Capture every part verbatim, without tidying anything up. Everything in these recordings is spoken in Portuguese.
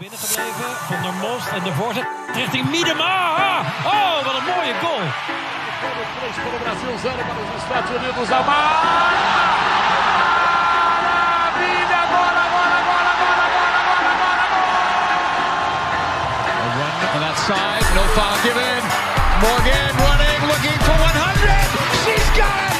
binnengebleven. Van der Most en de voorzet richting Miedema. Oh, wat een mooie goal. três para o Brasil, zero para os Estados Unidos. A maravilha! Agora, agora, agora, agora, agora, agora, agora, agora! A run on that side, no foul given. Morgan running, looking for one hundred. She's got it!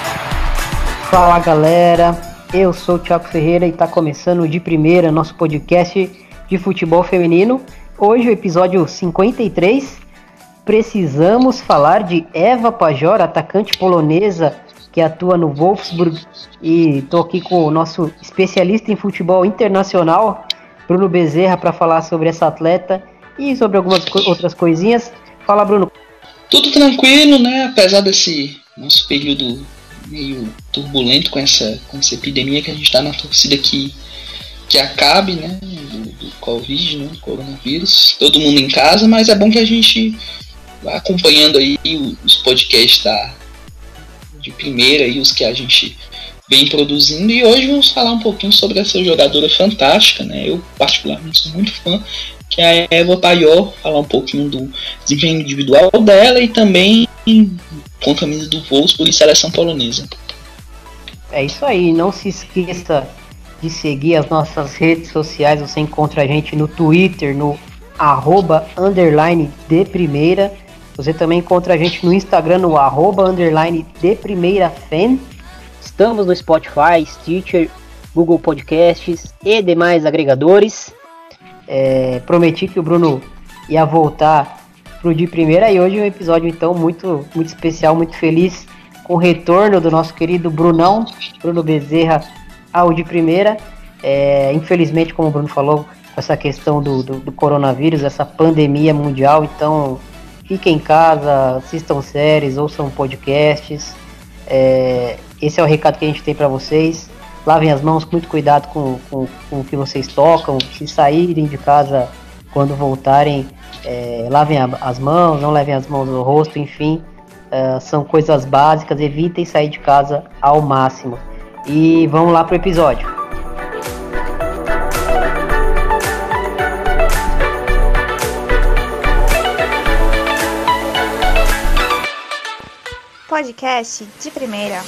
Fala galera, eu sou o Thiago Ferreira e tá começando de primeira nosso podcast de futebol feminino. Hoje o episódio cinquenta e três. Precisamos falar de Eva Pajor, atacante polonesa que atua no Wolfsburg, e tô aqui com o nosso especialista em futebol internacional, Bruno Bezerra, para falar sobre essa atleta e sobre algumas co- outras coisinhas. Fala, Bruno. Tudo tranquilo, né? Apesar desse nosso período meio turbulento com essa, com essa epidemia que a gente está na torcida que, que acabe, né? Do, do Covid, né? Do coronavírus. Todo mundo em casa, mas é bom que a gente vai acompanhando aí os podcasts da, de primeira e os que a gente vem produzindo. E hoje vamos falar um pouquinho sobre essa jogadora fantástica, né? Eu particularmente sou muito fã, que é a Eva Pajor, falar um pouquinho do desempenho individual dela e também com a camisa do Wolfsburg e seleção polonesa. É isso aí, não se esqueça de seguir as nossas redes sociais. Você encontra a gente no Twitter, no arroba underline de primeira. Você também encontra a gente no Instagram, no arroba underline de primeira fan. Estamos no Spotify, Stitcher, Google Podcasts e demais agregadores. É, prometi que o Bruno ia voltar pro de primeira, e hoje é um episódio então muito, muito especial, muito feliz com o retorno do nosso querido Brunão, Bruno Bezerra, ao de primeira. É, infelizmente, como o Bruno falou, com essa questão do, do, do coronavírus, essa pandemia mundial, então fiquem em casa, assistam séries, ouçam podcasts. É, esse é o recado que a gente tem para vocês. Lavem as mãos com muito cuidado com, com, com o que vocês tocam. Se saírem de casa quando voltarem, é, lavem a, as mãos, não levem as mãos no rosto, enfim. É, são coisas básicas, evitem sair de casa ao máximo. E vamos lá pro episódio. Podcast de primeira.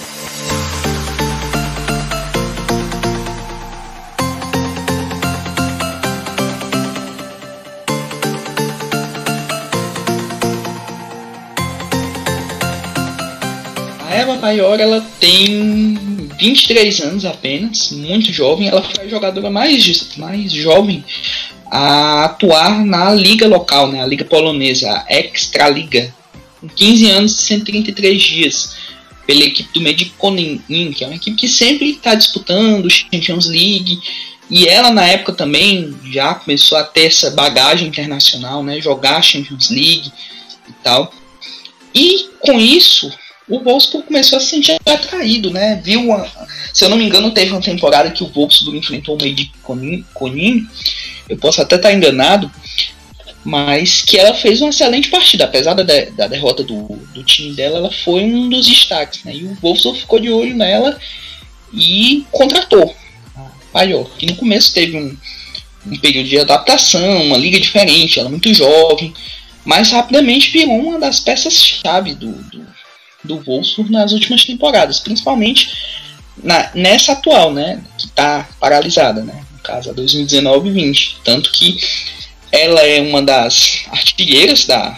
A Eva Pajor, ela tem vinte e três anos apenas, muito jovem. Ela foi a jogadora mais, mais jovem a atuar na liga local, né, a liga polonesa, a Ekstraliga, com quinze anos e cento e trinta e três dias, pela equipe do Medyk Konin, que é uma equipe que sempre está disputando Champions League, e ela na época também já começou a ter essa bagagem internacional, né, jogar Champions League e tal. E com isso o Wolfsburg começou a se sentir atraído, né? Viu uma, se eu não me engano, teve uma temporada que o Wolfsburg enfrentou o Medyk Konin, eu posso até estar enganado, mas que ela fez uma excelente partida. Apesar da, de, da derrota do, do time dela, ela foi um dos destaques, né? E o Wolfsburg ficou de olho nela e contratou a Pajor, que no começo teve um, um período de adaptação, uma liga diferente, ela muito jovem, mas rapidamente virou uma das peças-chave do, do, do Wolfsburg nas últimas temporadas, principalmente na, nessa atual, né? Que está paralisada, né? No caso, a dois mil e dezenove e vinte. Tanto que ela é uma das artilheiras da,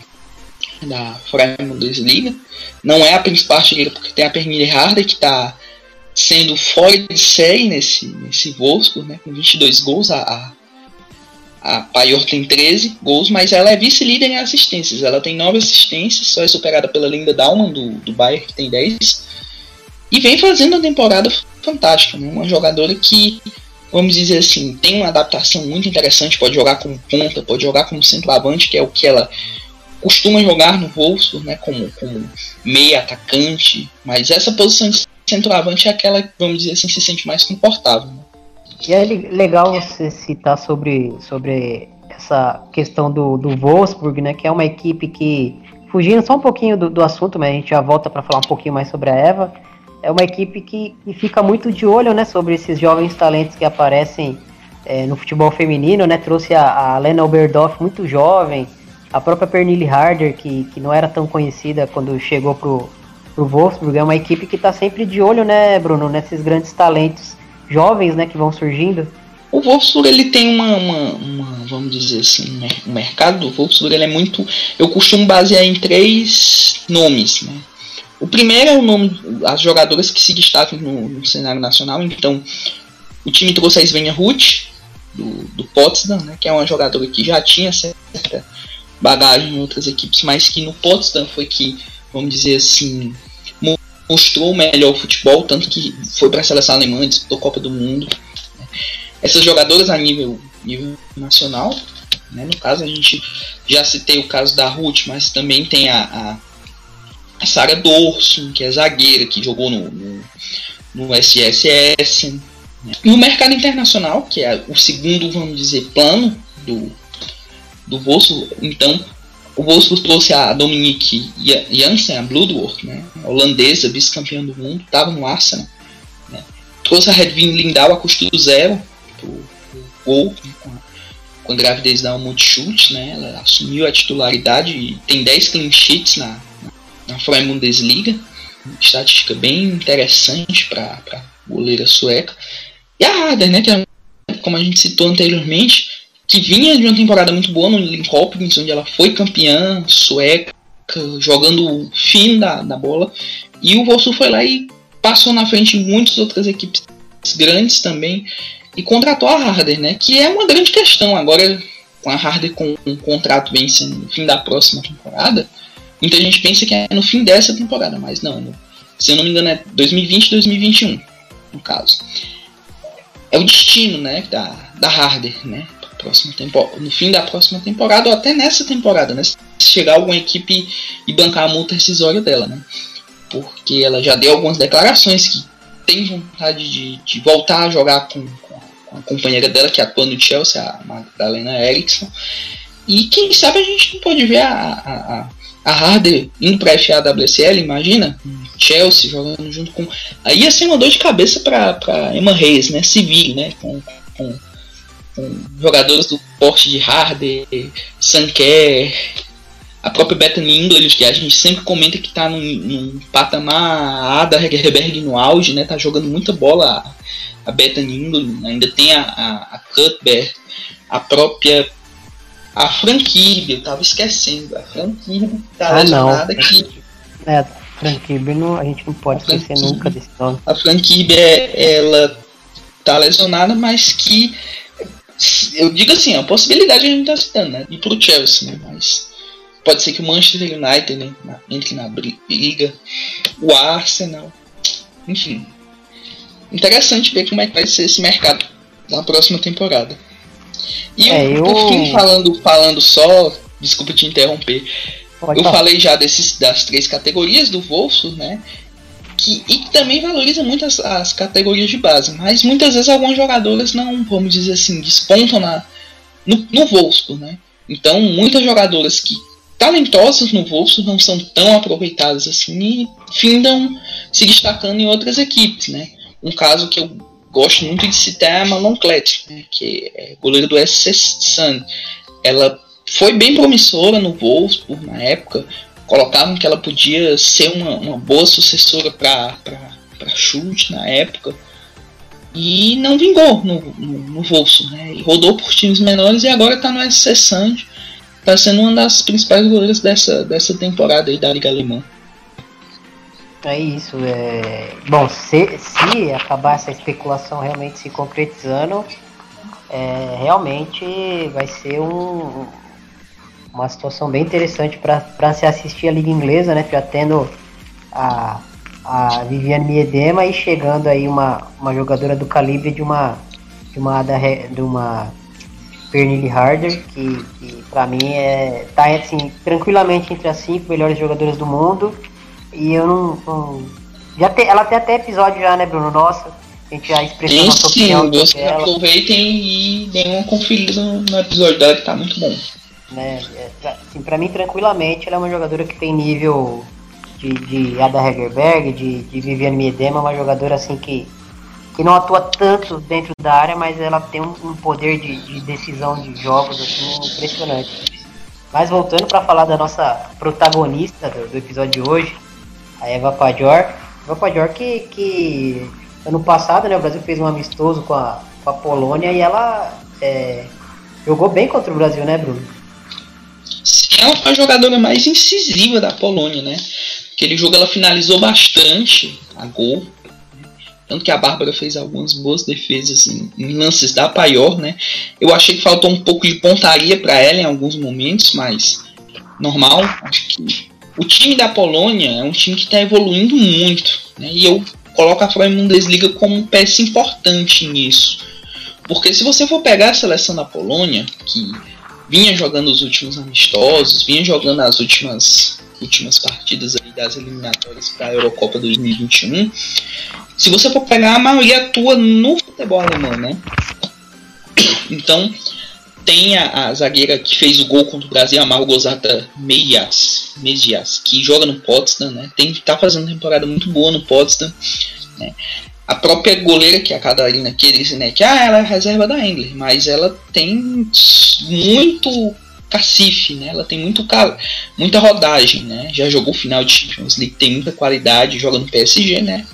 da Freie Bundesliga. Não é a principal artilheira, porque tem a Pernille Harder, que está sendo fora de série nesse, nesse Wolfsburg, né, com vinte e dois gols. A, a, a Pajor tem treze gols, mas ela é vice-líder em assistências. Ela tem nove assistências, só é superada pela Linda Daumann, do, do Bayern, que tem dez. E vem fazendo uma temporada fantástica, né, uma jogadora que, vamos dizer assim, tem uma adaptação muito interessante, pode jogar como ponta, pode jogar como centroavante, que é o que ela costuma jogar no Wolfsburg, né, como, como meia atacante, mas essa posição de centroavante é aquela que, vamos dizer assim, se sente mais confortável, né? E é legal você citar sobre, sobre essa questão do, do Wolfsburg, né, que é uma equipe que, fugindo só um pouquinho do, do assunto, mas a gente já volta para falar um pouquinho mais sobre a Eva. É uma equipe que, que fica muito de olho, né, sobre esses jovens talentos que aparecem é, no futebol feminino, né? Trouxe a, a Lena Oberdorf muito jovem, a própria Pernille Harder, que, que não era tão conhecida quando chegou pro, pro Wolfsburg. É uma equipe que está sempre de olho, né, Bruno, nesses grandes talentos jovens, né, que vão surgindo. O Wolfsburg, ele tem uma, uma, uma, vamos dizer assim, o mercado do Wolfsburg, ele é muito, eu costumo basear em três nomes, né? O primeiro é o nome, as jogadoras que se destacam no, no cenário nacional. Então, o time trouxe a Svenja Ruth, do, do Potsdam, né, que é uma jogadora que já tinha certa bagagem em outras equipes, mas que no Potsdam foi que, vamos dizer assim, mostrou o melhor futebol, tanto que foi para a seleção alemã, disputou a Copa do Mundo. Essas jogadoras a nível, nível nacional, né, no caso a gente já citei o caso da Ruth, mas também tem a, a, a Sara Dorson, que é zagueira, que jogou no, no, no S S S, né. E o mercado internacional, que é o segundo, vamos dizer, plano do, do Wolfsburg. Então, o Wolfsburg trouxe a Dominique Janssen, a Bloodworth, né, a holandesa, vice-campeã do mundo, estava no Arsenal, né. Trouxe a Hedvig Lindahl a custo zero, o gol, com, com a gravidez da Almut Schultz, né? Ela assumiu a titularidade e tem dez clean sheets na, na, na Freie Bundesliga, uma estatística bem interessante para a goleira sueca. E a Harder, né, que é, como a gente citou anteriormente, que vinha de uma temporada muito boa no Linköping, onde ela foi campeã sueca, jogando o fim da, da bola, e o Wolfsburg foi lá e passou na frente de muitas outras equipes grandes também, e contratou a Harder, né? Que é uma grande questão agora, com a Harder com um contrato vencendo no fim da próxima temporada. Muita gente pensa que é no fim dessa temporada, mas não, no, se eu não me engano é dois mil e vinte, dois mil e vinte e um, no caso. É o destino, né, da, da Harder, né? Próxima temporada, no fim da próxima temporada, ou até nessa temporada, né? Se chegar alguma equipe e bancar a multa rescisória dela, né? Porque ela já deu algumas declarações que tem vontade de, de voltar a jogar com, com, a, com a companheira dela que atua no Chelsea, a Magdalena Eriksson. E quem sabe a gente não pode ver a, a, a Harder indo para a F A W S L, imagina? Chelsea jogando junto com... Aí ia ser uma dor de cabeça para Emma Reis, né? Civil, né? Com, com, com jogadores do porte de Harder, Sanker, a própria Bethany English, que a gente sempre comenta que está num, num patamar Ada Hegerberg no auge, né? Tá jogando muita bola a, a Bethany English, ainda tem a, a, a Cuthbert, a própria a Fran Kirby, eu tava esquecendo, a Fran Kirby tá ah, lesionada que... É, a Fran Kirby não, a gente não pode esquecer Kirby, nunca desse nome. A Fran Kirby, é, ela tá lesionada, mas que eu digo assim, a possibilidade a gente tá citando, né? Ir pro Chelsea, né? Mas pode ser que o Manchester United, né, entre na briga, o Arsenal, enfim. Interessante ver como é que vai ser esse mercado na próxima temporada. E é, eu, por fim, falando, falando só, desculpa te interromper, pode eu falar. Falei já desses, das três categorias do Wolfsburg, né, que, e que também valoriza muito as, as categorias de base, mas muitas vezes algumas jogadoras não, vamos dizer assim, despontam na, no, no Wolfsburg, né. Então, muitas jogadoras que talentosas no Wolfsburg não são tão aproveitadas assim e findam se destacando em outras equipes, né. Um caso que eu gosto muito de citar a Manon Klett, né, que é goleira do S C Sun. Ela foi bem promissora no Wolfsburg na época, colocavam que ela podia ser uma, uma boa sucessora para Schultz na época, e não vingou no, no, no Wolfsburg, né, e rodou por times menores e agora está no S C Sun, está sendo uma das principais goleiras dessa, dessa temporada aí da Liga Alemã. É isso, é... Bom, se, se acabar essa especulação realmente se concretizando, é, realmente vai ser um, uma situação bem interessante para se assistir a Liga Inglesa, né? Já tendo a, a Viviane Miedema e chegando aí uma, uma jogadora do calibre de uma de uma, de uma Pernille Harder, que, que para mim é, tá assim, tranquilamente entre as cinco melhores jogadoras do mundo. E eu não... não já te, ela tem até episódio já, né, Bruno? Nossa, a gente já expressou sim, nossa opinião sobre ela. Sim, vocês aproveitem e deem uma conferida no, no episódio dela, que tá muito bom. Né, é, assim, pra mim, tranquilamente, ela é uma jogadora que tem nível de, de Ada Hegerberg, de, de Viviane Miedema, uma jogadora assim que, que não atua tanto dentro da área, mas ela tem um, um poder de, de decisão de jogos assim, impressionante. Mas voltando para falar da nossa protagonista do, do episódio de hoje, a Eva Pajor. Eva Pajor que, que ano passado, né, o Brasil fez um amistoso com a, com a Polônia e ela é, jogou bem contra o Brasil, né, Bruno? Sim, ela foi a jogadora mais incisiva da Polônia, né? Aquele jogo ela finalizou bastante a gol. Tanto que a Bárbara fez algumas boas defesas em, em lances da Pajor, né? Eu achei que faltou um pouco de pontaria para ela em alguns momentos, mas normal. Acho que o time da Polônia é um time que está evoluindo muito, né? E eu coloco a Frauen Bundesliga como peça importante nisso. Porque se você for pegar a seleção da Polônia, que vinha jogando os últimos amistosos, vinha jogando as últimas, últimas partidas aí das eliminatórias para a Eurocopa dois mil e vinte e um, se você for pegar, a maioria atua no futebol alemão, né? Então, tem a, a zagueira que fez o gol contra o Brasil, a Małgorzata Mesias, Mesias, que joga no Potsdam, né? Tem, tá fazendo uma temporada muito boa no Potsdam, né? A própria goleira, que é a Catarina Keres, né? Que ah, ela é a reserva da Engler, mas ela tem muito cacife, né? Ela tem muito, muita rodagem, né? Já jogou final de Champions League, tem muita qualidade, joga no P S G, né?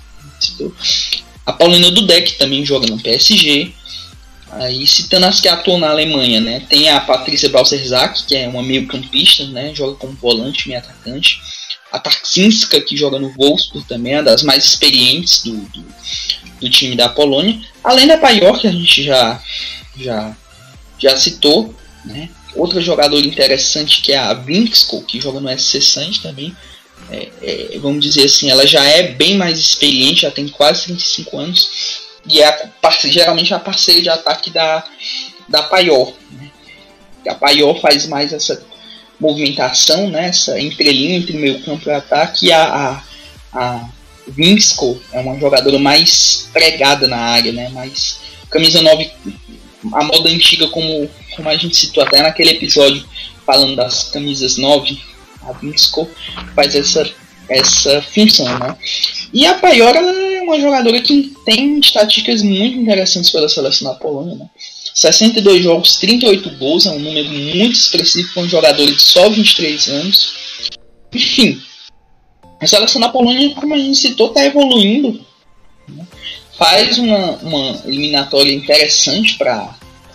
A Paulina Dudek também joga no P S G. Aí citando as que atuam na Alemanha, né? Tem a Patrícia Balcerzak, que é uma meio campista, né? Joga como volante, meio atacante. A Tarczynska, que joga no Wolfsburg também, é uma das mais experientes do, do, do time da Polônia. Além da Pajor, que a gente já, já, já citou, né? Outra jogadora interessante que é a Winskov, que joga no S C Sand também. É, é, vamos dizer assim, ela já é bem mais experiente, já tem quase trinta e cinco anos e é a, geralmente a parceira de ataque da, da Pajor, né? A Pajor faz mais essa movimentação, né? Essa entrelinha entre meio campo e ataque, e a, a, a Winskov é uma jogadora mais pregada na área, né? Mais camisa nove, a moda antiga, como, como a gente citou até naquele episódio falando das camisas nove. A Winskov faz essa, essa função, né? E a Pajor é uma jogadora que tem estatísticas muito interessantes pela seleção da Polônia, né? sessenta e dois jogos, trinta e oito gols, é um número muito expressivo para um jogador de só vinte e três anos. Enfim, a seleção da Polônia, como a gente citou, está evoluindo, né? Faz uma, uma eliminatória interessante para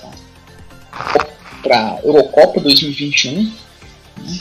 a Eurocopa dois mil e vinte e um, né?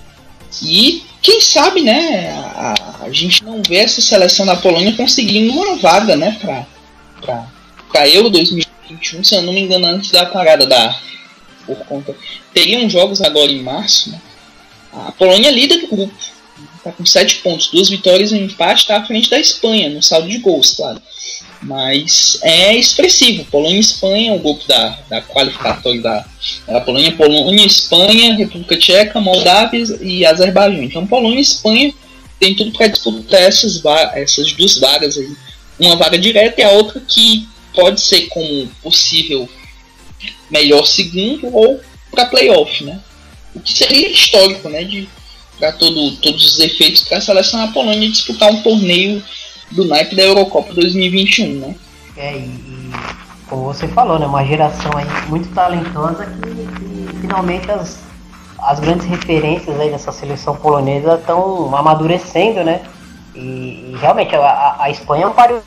E quem sabe, né, a, a gente não vê essa seleção da Polônia conseguindo uma vaga, né, para para Euro dois mil e vinte e um, se eu não me engano, antes da parada da por conta teriam jogos agora em março, né? A Polônia é líder do grupo, está com sete pontos, duas vitórias e um empate, está à frente da Espanha no saldo de gols, claro, mas é expressivo. Polônia e Espanha, o grupo da, da qualificatória da, da Polônia, Polônia, Espanha, República Tcheca, Moldávia e Azerbaijão. Então Polônia e Espanha tem tudo para disputar essas, essas duas vagas aí, uma vaga direta e a outra que pode ser como possível melhor segundo ou para playoff, né? O que seria histórico, né, de para todo, todos os efeitos para a seleção da Polônia disputar um torneio do naipe da Eurocopa dois mil e vinte e um, né? É, e, e como você falou, né, uma geração aí muito talentosa que, que finalmente as, as grandes referências aí dessa seleção polonesa estão amadurecendo, né? E, e realmente a, a, a Espanha é um páreo.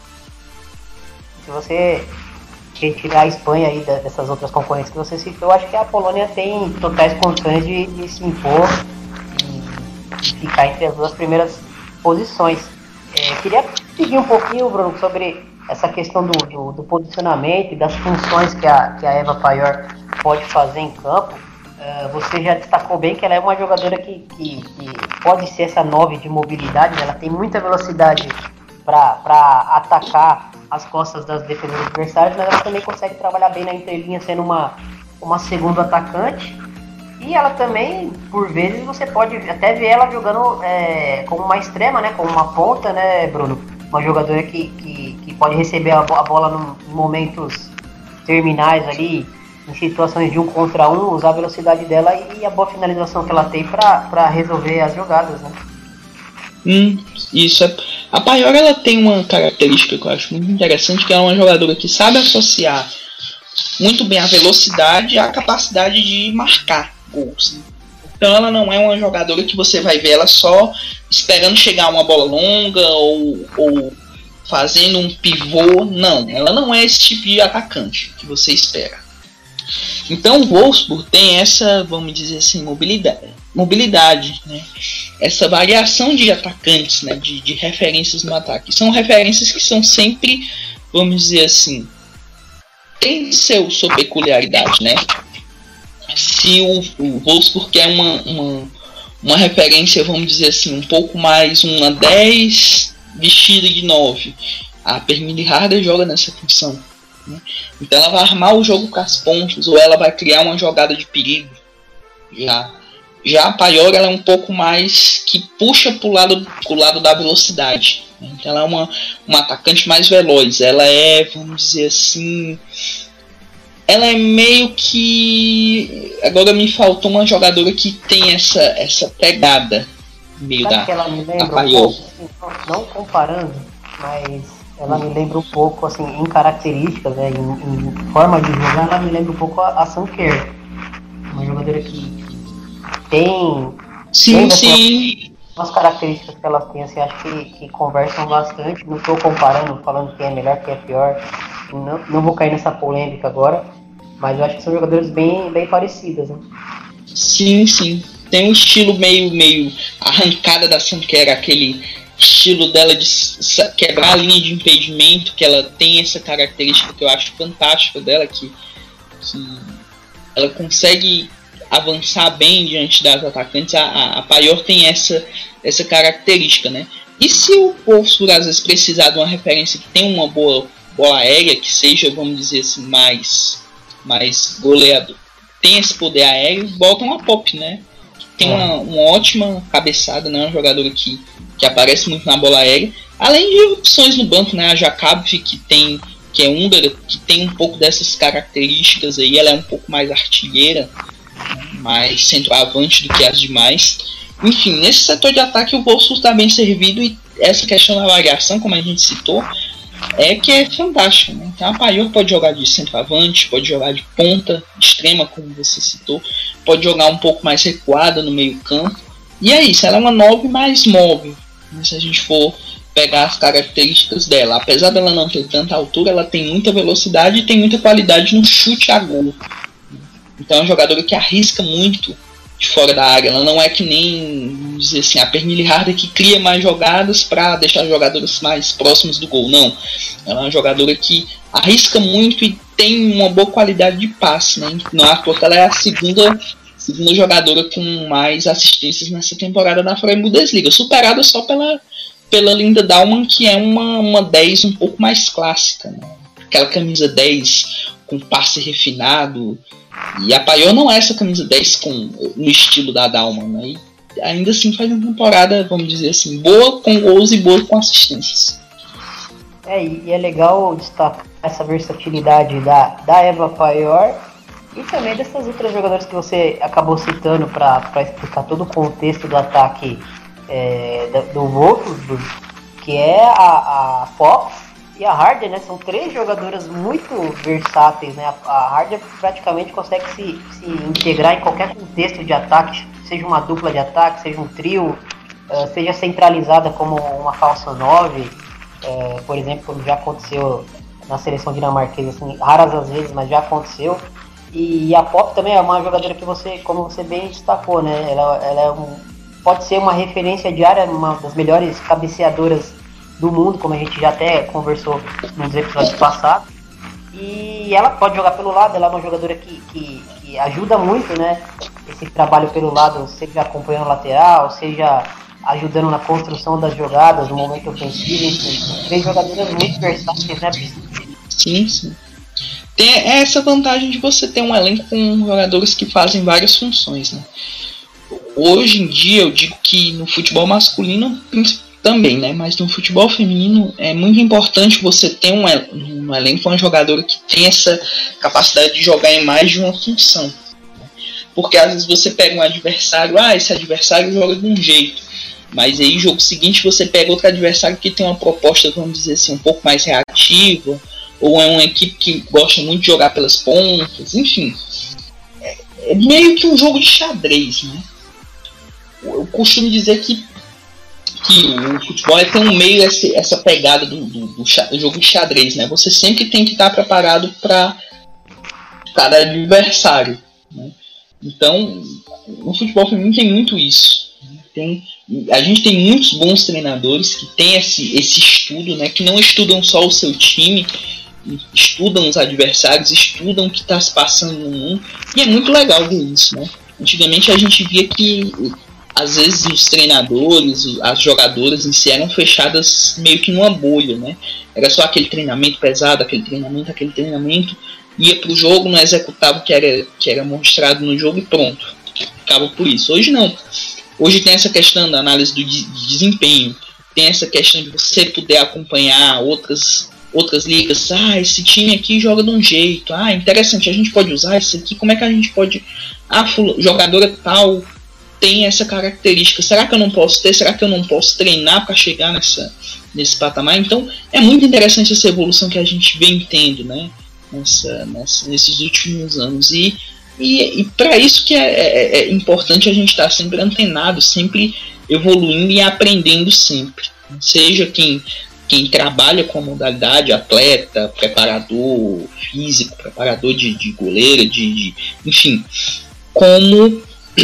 Se você retirar a Espanha aí dessas outras concorrentes que você citou, eu acho que a Polônia tem totais condições de, de se impor e, e ficar entre as duas primeiras posições. É, queria pedir um pouquinho, Bruno, sobre essa questão do, do, do posicionamento e das funções que a, que a Eva Pajor pode fazer em campo. Uh, você já destacou bem que ela é uma jogadora que, que, que pode ser essa nove de mobilidade, né? Ela tem muita velocidade para atacar as costas das defesas adversárias, mas ela também consegue trabalhar bem na entrelinha, sendo uma, uma segunda atacante. E ela também, por vezes, você pode até ver ela jogando é, como uma extrema, né? Como uma ponta, né, Bruno? Uma jogadora que, que, que pode receber a, a bola em momentos terminais ali, em situações de um contra um, usar a velocidade dela e a boa finalização que ela tem para resolver as jogadas, né? Hum, isso é, A Paior, ela tem uma característica que eu acho muito interessante, que é uma jogadora que sabe associar muito bem a velocidade à capacidade de marcar gols, né? Então ela não é uma jogadora que você vai ver ela só esperando chegar uma bola longa ou, ou fazendo um pivô. Não, ela não é esse tipo de atacante que você espera. Então o Wolfsburg tem essa, vamos dizer assim, mobilidade, mobilidade, né? Essa variação de atacantes, né? de, de referências no ataque. São referências que são sempre, vamos dizer assim, tem seu, sua peculiaridade, né? Se o, o Wolfsburg quer uma, uma, uma referência, vamos dizer assim, um pouco mais uma dez vestida de nove, a Pernille Harder joga nessa função, né? Então ela vai armar o jogo com as pontas, ou ela vai criar uma jogada de perigo. Já, já a Paior, ela é um pouco mais que puxa para o lado, pro lado da velocidade, né? Então ela é uma, uma atacante mais veloz. Ela é, vamos dizer assim, ela é meio que... Agora me faltou uma jogadora que tem essa, essa pegada meio Sabe da, que ela me lembra da Paior. um pouco, assim, não comparando, mas ela me lembra um pouco, assim, em características, né, em, em forma de jogar, ela me lembra um pouco a, a Sanker. Uma jogadora que tem... Sim, tem, sim. Umas características que elas têm, assim, acho que, que conversam bastante. Não estou comparando, falando quem é melhor, quem é pior. Não, não vou cair nessa polêmica agora, mas eu acho que são jogadores bem, bem parecidas, né? Sim, sim. Tem um estilo meio, meio arrancada da Sanker, aquele estilo dela de quebrar a linha de impedimento, que ela tem essa característica que eu acho fantástica dela, que, que ela consegue avançar bem diante das atacantes. A, a, a Paior tem essa, essa característica, né? E se o Wolfsburg às vezes precisar de uma referência que tem uma boa bola aérea, que seja, vamos dizer assim, mais, mais goleador, tem esse poder aéreo, botam a Pop, né? Tem uma, uma ótima cabeçada, né? Uma jogadora que, que aparece muito na bola aérea. Além de opções no banco, né? A Jacabe, que tem, que é húngara, que tem um pouco dessas características aí. Ela é um pouco mais artilheira, mais centroavante do que as demais. Enfim, nesse setor de ataque o Wolfsburg está bem servido, e essa questão da variação, como a gente citou, é que é fantástico, né? Então a Paior pode jogar de centroavante, pode jogar de ponta, de extrema, como você citou, pode jogar um pouco mais recuada no meio campo, e é isso, ela é uma nove mais móvel, né? Se a gente for pegar as características dela, apesar dela não ter tanta altura, ela tem muita velocidade e tem muita qualidade no chute a gol. Então é uma jogadora que arrisca muito de fora da área. Ela não é que nem, vamos dizer assim, a Pernille Harder, que cria mais jogadas para deixar os jogadores mais próximos do gol. Não, ela é uma jogadora que arrisca muito e tem uma boa qualidade de passe, né? Não é à toa que ela é a segunda, segunda jogadora com mais assistências nessa temporada da Freie Bundesliga, superada só pela, pela Linda Daumann, que é uma, uma dez um pouco mais clássica, né? Aquela camisa dez com passe refinado. E a Paior não é essa camisa dez com, no estilo da Daumann, né? E ainda assim faz uma temporada, vamos dizer assim, boa com gols e boa com assistências. É, e é legal destacar essa versatilidade da, da Eva Paior e também dessas outras jogadoras que você acabou citando para explicar todo o contexto do ataque é, do Wolfsburg, que é a, a Fox e a Harder, né? São três jogadoras muito versáteis, né? A, a Harder praticamente consegue se, se integrar em qualquer contexto de ataque, seja uma dupla de ataque, seja um trio, uh, seja centralizada como uma falsa nove, uh, por exemplo, como já aconteceu na seleção dinamarquesa, assim, raras às vezes, mas já aconteceu. E a Pop também é uma jogadora que você, como você bem destacou, né? Ela, ela é um, pode ser uma referência diária, uma das melhores cabeceadoras do mundo, como a gente já até conversou nos episódios passados, e ela pode jogar pelo lado. Ela é uma jogadora que, que, que ajuda muito, né, esse trabalho pelo lado, seja acompanhando o lateral, seja ajudando na construção das jogadas, no momento ofensivo, enfim, três jogadoras muito versáteis, né, Sim, sim. Tem essa vantagem de você ter um elenco com jogadores que fazem várias funções, né? Hoje em dia eu digo que no futebol masculino também, né? Mas no futebol feminino é muito importante você ter um, um elenco, uma jogadora que tem essa capacidade de jogar em mais de uma função, né? Porque às vezes você pega um adversário, ah, esse adversário joga de um jeito, Mas aí, jogo seguinte, você pega outro adversário que tem uma proposta, vamos dizer assim, um pouco mais reativa, ou é uma equipe que gosta muito de jogar pelas pontas, enfim. É, é meio que um jogo de xadrez, né? Eu costumo dizer que, que o futebol é tão meio essa, essa pegada do, do, do, do jogo de xadrez, né? Você sempre tem que estar preparado para cada adversário, né? Então, no futebol feminino tem muito isso. Tem, a gente tem muitos bons treinadores que têm esse, esse estudo, né? Que não estudam só o seu time, estudam os adversários, estudam o que está se passando no mundo, e é muito legal ver isso, né? Antigamente a gente via que às vezes os treinadores, as jogadoras em si eram fechadas meio que numa bolha, né? Era só aquele treinamento pesado, aquele treinamento, aquele treinamento, ia pro jogo, não executava o que era, que era mostrado no jogo e pronto, ficava por isso. Hoje não. Hoje tem essa questão da análise do de desempenho, tem essa questão de você poder acompanhar outras outras ligas. Ah, esse time aqui joga de um jeito. Ah, interessante, a gente pode usar isso aqui. Como é que a gente pode... Ah, jogadora tal tem essa característica. Será que eu não posso ter? Será que eu não posso treinar para chegar nessa, nesse patamar? Então, é muito interessante essa evolução que a gente vem tendo, né? Nessa, nessa, nesses últimos anos. E, e, e para isso que é, é, é importante a gente estar sempre antenado, sempre evoluindo e aprendendo sempre. Seja quem... quem trabalha com a modalidade, atleta, preparador físico, preparador de, de goleira, de, de, enfim, como,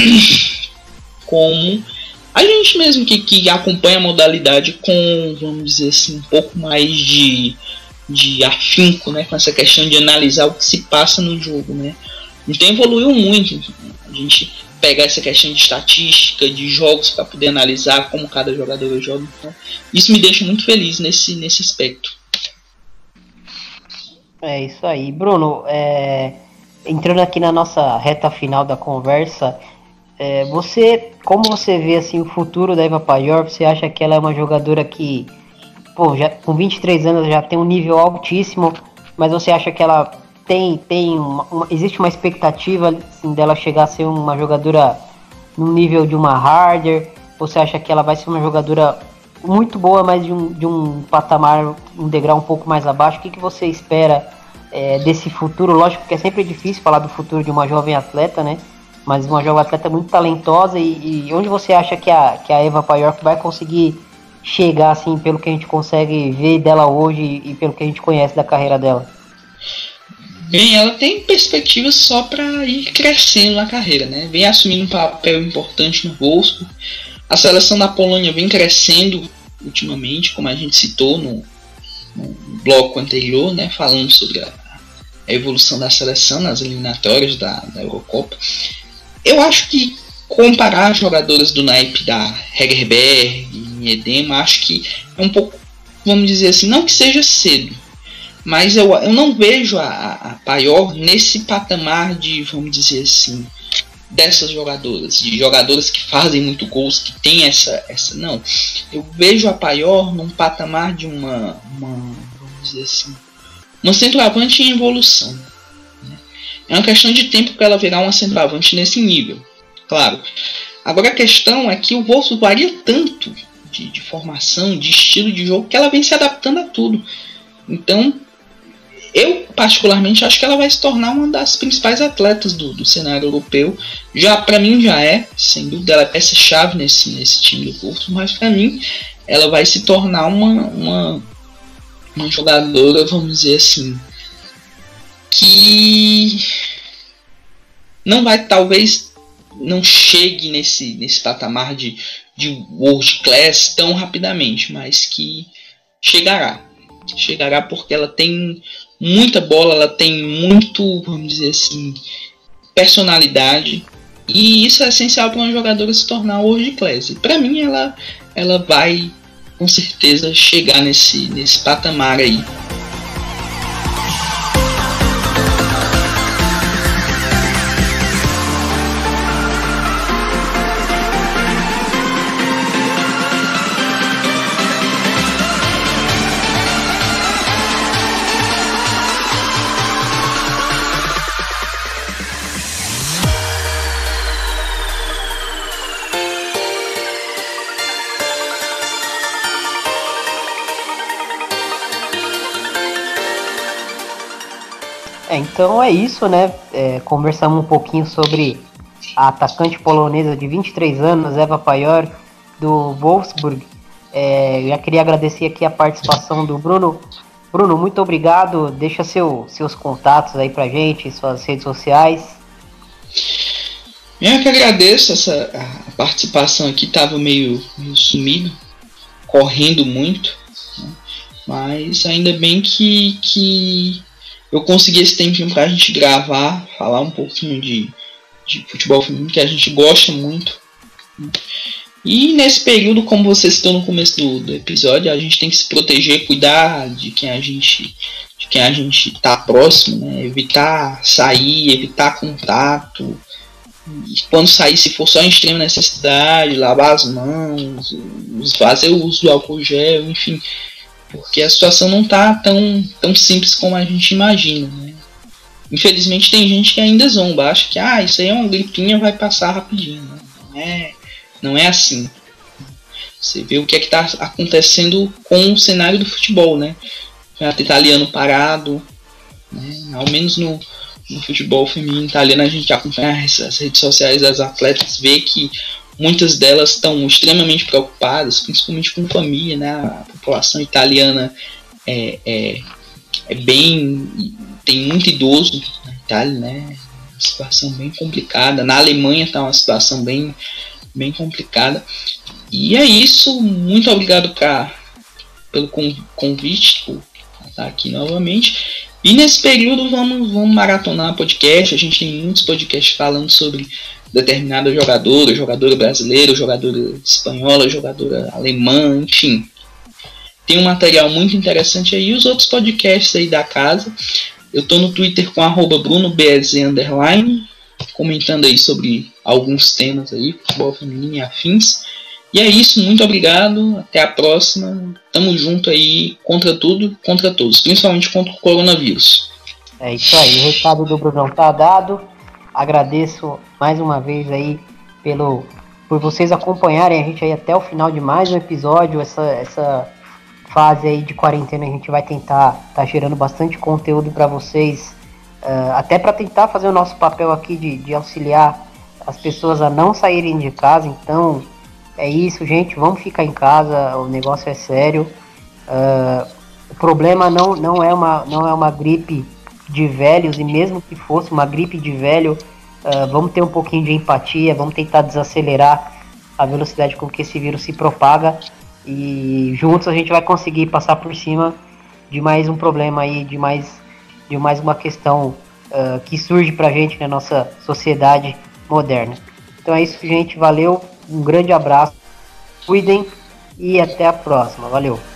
como a gente mesmo que, que acompanha a modalidade com, vamos dizer assim, um pouco mais de, de afinco, né, com essa questão de analisar o que se passa no jogo, né. Então evoluiu muito, a gente pegar essa questão de estatística, de jogos para poder analisar como cada jogador joga. Então, isso me deixa muito feliz nesse, nesse aspecto. É isso aí. Bruno, é, entrando aqui na nossa reta final da conversa, é, você, como você vê assim, o futuro da Eva Paior? Você acha que ela é uma jogadora que, pô, já, com vinte e três anos já tem um nível altíssimo, mas você acha que ela Tem, tem uma, uma, existe uma expectativa assim, dela chegar a ser uma jogadora no nível de uma Harder? Você acha que ela vai ser uma jogadora muito boa, mas de um, de um patamar, um degrau um pouco mais abaixo? O que, que você espera é, desse futuro? Lógico que é sempre difícil falar do futuro de uma jovem atleta, né? Mas uma jovem atleta muito talentosa. E, e onde você acha que a, que a Eva Paior vai conseguir chegar, assim, pelo que a gente consegue ver dela hoje e, e pelo que a gente conhece da carreira dela? Bem, ela tem perspectivas só para ir crescendo na carreira, né? Vem assumindo um papel importante no Wolfsburg. A seleção da Polônia vem crescendo ultimamente, como a gente citou no, no bloco anterior, né? Falando sobre a, a evolução da seleção nas eliminatórias da, da Eurocopa. Eu acho que comparar as jogadoras do naipe da Hegerberg e Edema, acho que é um pouco, vamos dizer assim, não que seja cedo, mas eu, eu não vejo a, a Paior nesse patamar de, vamos dizer assim, dessas jogadoras, de jogadoras que fazem muito gols, que tem essa, essa, não. Eu vejo a Paior num patamar de uma, uma vamos dizer assim, uma centroavante em evolução, né? É uma questão de tempo para ela virar uma centroavante nesse nível, claro. Agora a questão é que o Wolfsburg varia tanto de, de formação, de estilo de jogo, que ela vem se adaptando a tudo. Então, eu, particularmente, acho que ela vai se tornar uma das principais atletas do, do cenário europeu. Já, para mim, já é, sem dúvida, ela é peça-chave nesse, nesse time do Porto, mas para mim, ela vai se tornar uma, uma, uma jogadora, vamos dizer assim, que não vai, talvez, não chegue nesse, nesse patamar de, de world class tão rapidamente, mas que chegará. Chegará porque ela tem muita bola, ela tem muito, vamos dizer assim, personalidade, e isso é essencial para uma jogadora se tornar world class. E para mim ela, ela vai com certeza chegar nesse, nesse patamar aí. É, então é isso, né? É, conversamos um pouquinho sobre a atacante polonesa de vinte e três anos, Eva Pajor, do Wolfsburg. É, já queria agradecer aqui a participação do Bruno. Bruno, muito obrigado. Deixa seu, seus contatos aí pra gente, suas redes sociais. Eu que agradeço essa a participação aqui, tava meio, meio sumido, correndo muito, né? Mas ainda bem que, que eu consegui esse tempinho pra gente gravar, falar um pouquinho de, de futebol feminino, que a gente gosta muito, né? E nesse período, como você citou no começo do, do episódio, a gente tem que se proteger, cuidar de quem a gente de quem a gente tá próximo, né? Evitar sair, evitar contato. E quando sair, se for só em extrema necessidade, lavar as mãos, fazer o uso do álcool gel, enfim, porque a situação não tá tão, tão simples como a gente imagina, né? Infelizmente tem gente que ainda zomba, acha que ah, isso aí é uma gripinha, vai passar rapidinho, né? Não é, não é assim. Você vê o que é que está acontecendo com o cenário do futebol, né? O campeonato italiano parado, né? Ao menos no no futebol feminino italiano, a gente acompanha as redes sociais das atletas, vê que muitas delas estão extremamente preocupadas, principalmente com família, né? A população italiana é, é, é bem, tem muito idoso na Itália, né? Uma situação bem complicada. Na Alemanha está uma situação bem, bem complicada. E é isso, muito obrigado pra, pelo convite, por estar aqui novamente. E nesse período vamos, vamos maratonar podcast. A gente tem muitos podcasts falando sobre determinada jogadora, jogadora brasileira, jogadora espanhola, jogadora alemã, enfim. Tem um material muito interessante aí. Os outros podcasts aí da casa. Eu tô no Twitter com arroba brunobz underline, comentando aí sobre alguns temas aí, futebol feminino e afins. E é isso, muito obrigado, até a próxima, tamo junto aí, contra tudo, contra todos, principalmente contra o coronavírus. É isso aí, o recado do Brunão tá dado, agradeço mais uma vez aí pelo, por vocês acompanharem a gente aí até o final de mais um episódio, essa, essa fase aí de quarentena a gente vai tentar tá gerando bastante conteúdo para vocês, uh, até para tentar fazer o nosso papel aqui de, de auxiliar as pessoas a não saírem de casa, então... É isso, gente, vamos ficar em casa, o negócio é sério. Uh, o problema não, não, é uma, não é uma gripe de velhos, e mesmo que fosse uma gripe de velho, uh, vamos ter um pouquinho de empatia, vamos tentar desacelerar a velocidade com que esse vírus se propaga, e juntos a gente vai conseguir passar por cima de mais um problema aí, de mais, de mais uma questão uh, que surge pra gente na nossa sociedade moderna. Então é isso, gente, valeu. Um grande abraço, cuidem e até a próxima. Valeu!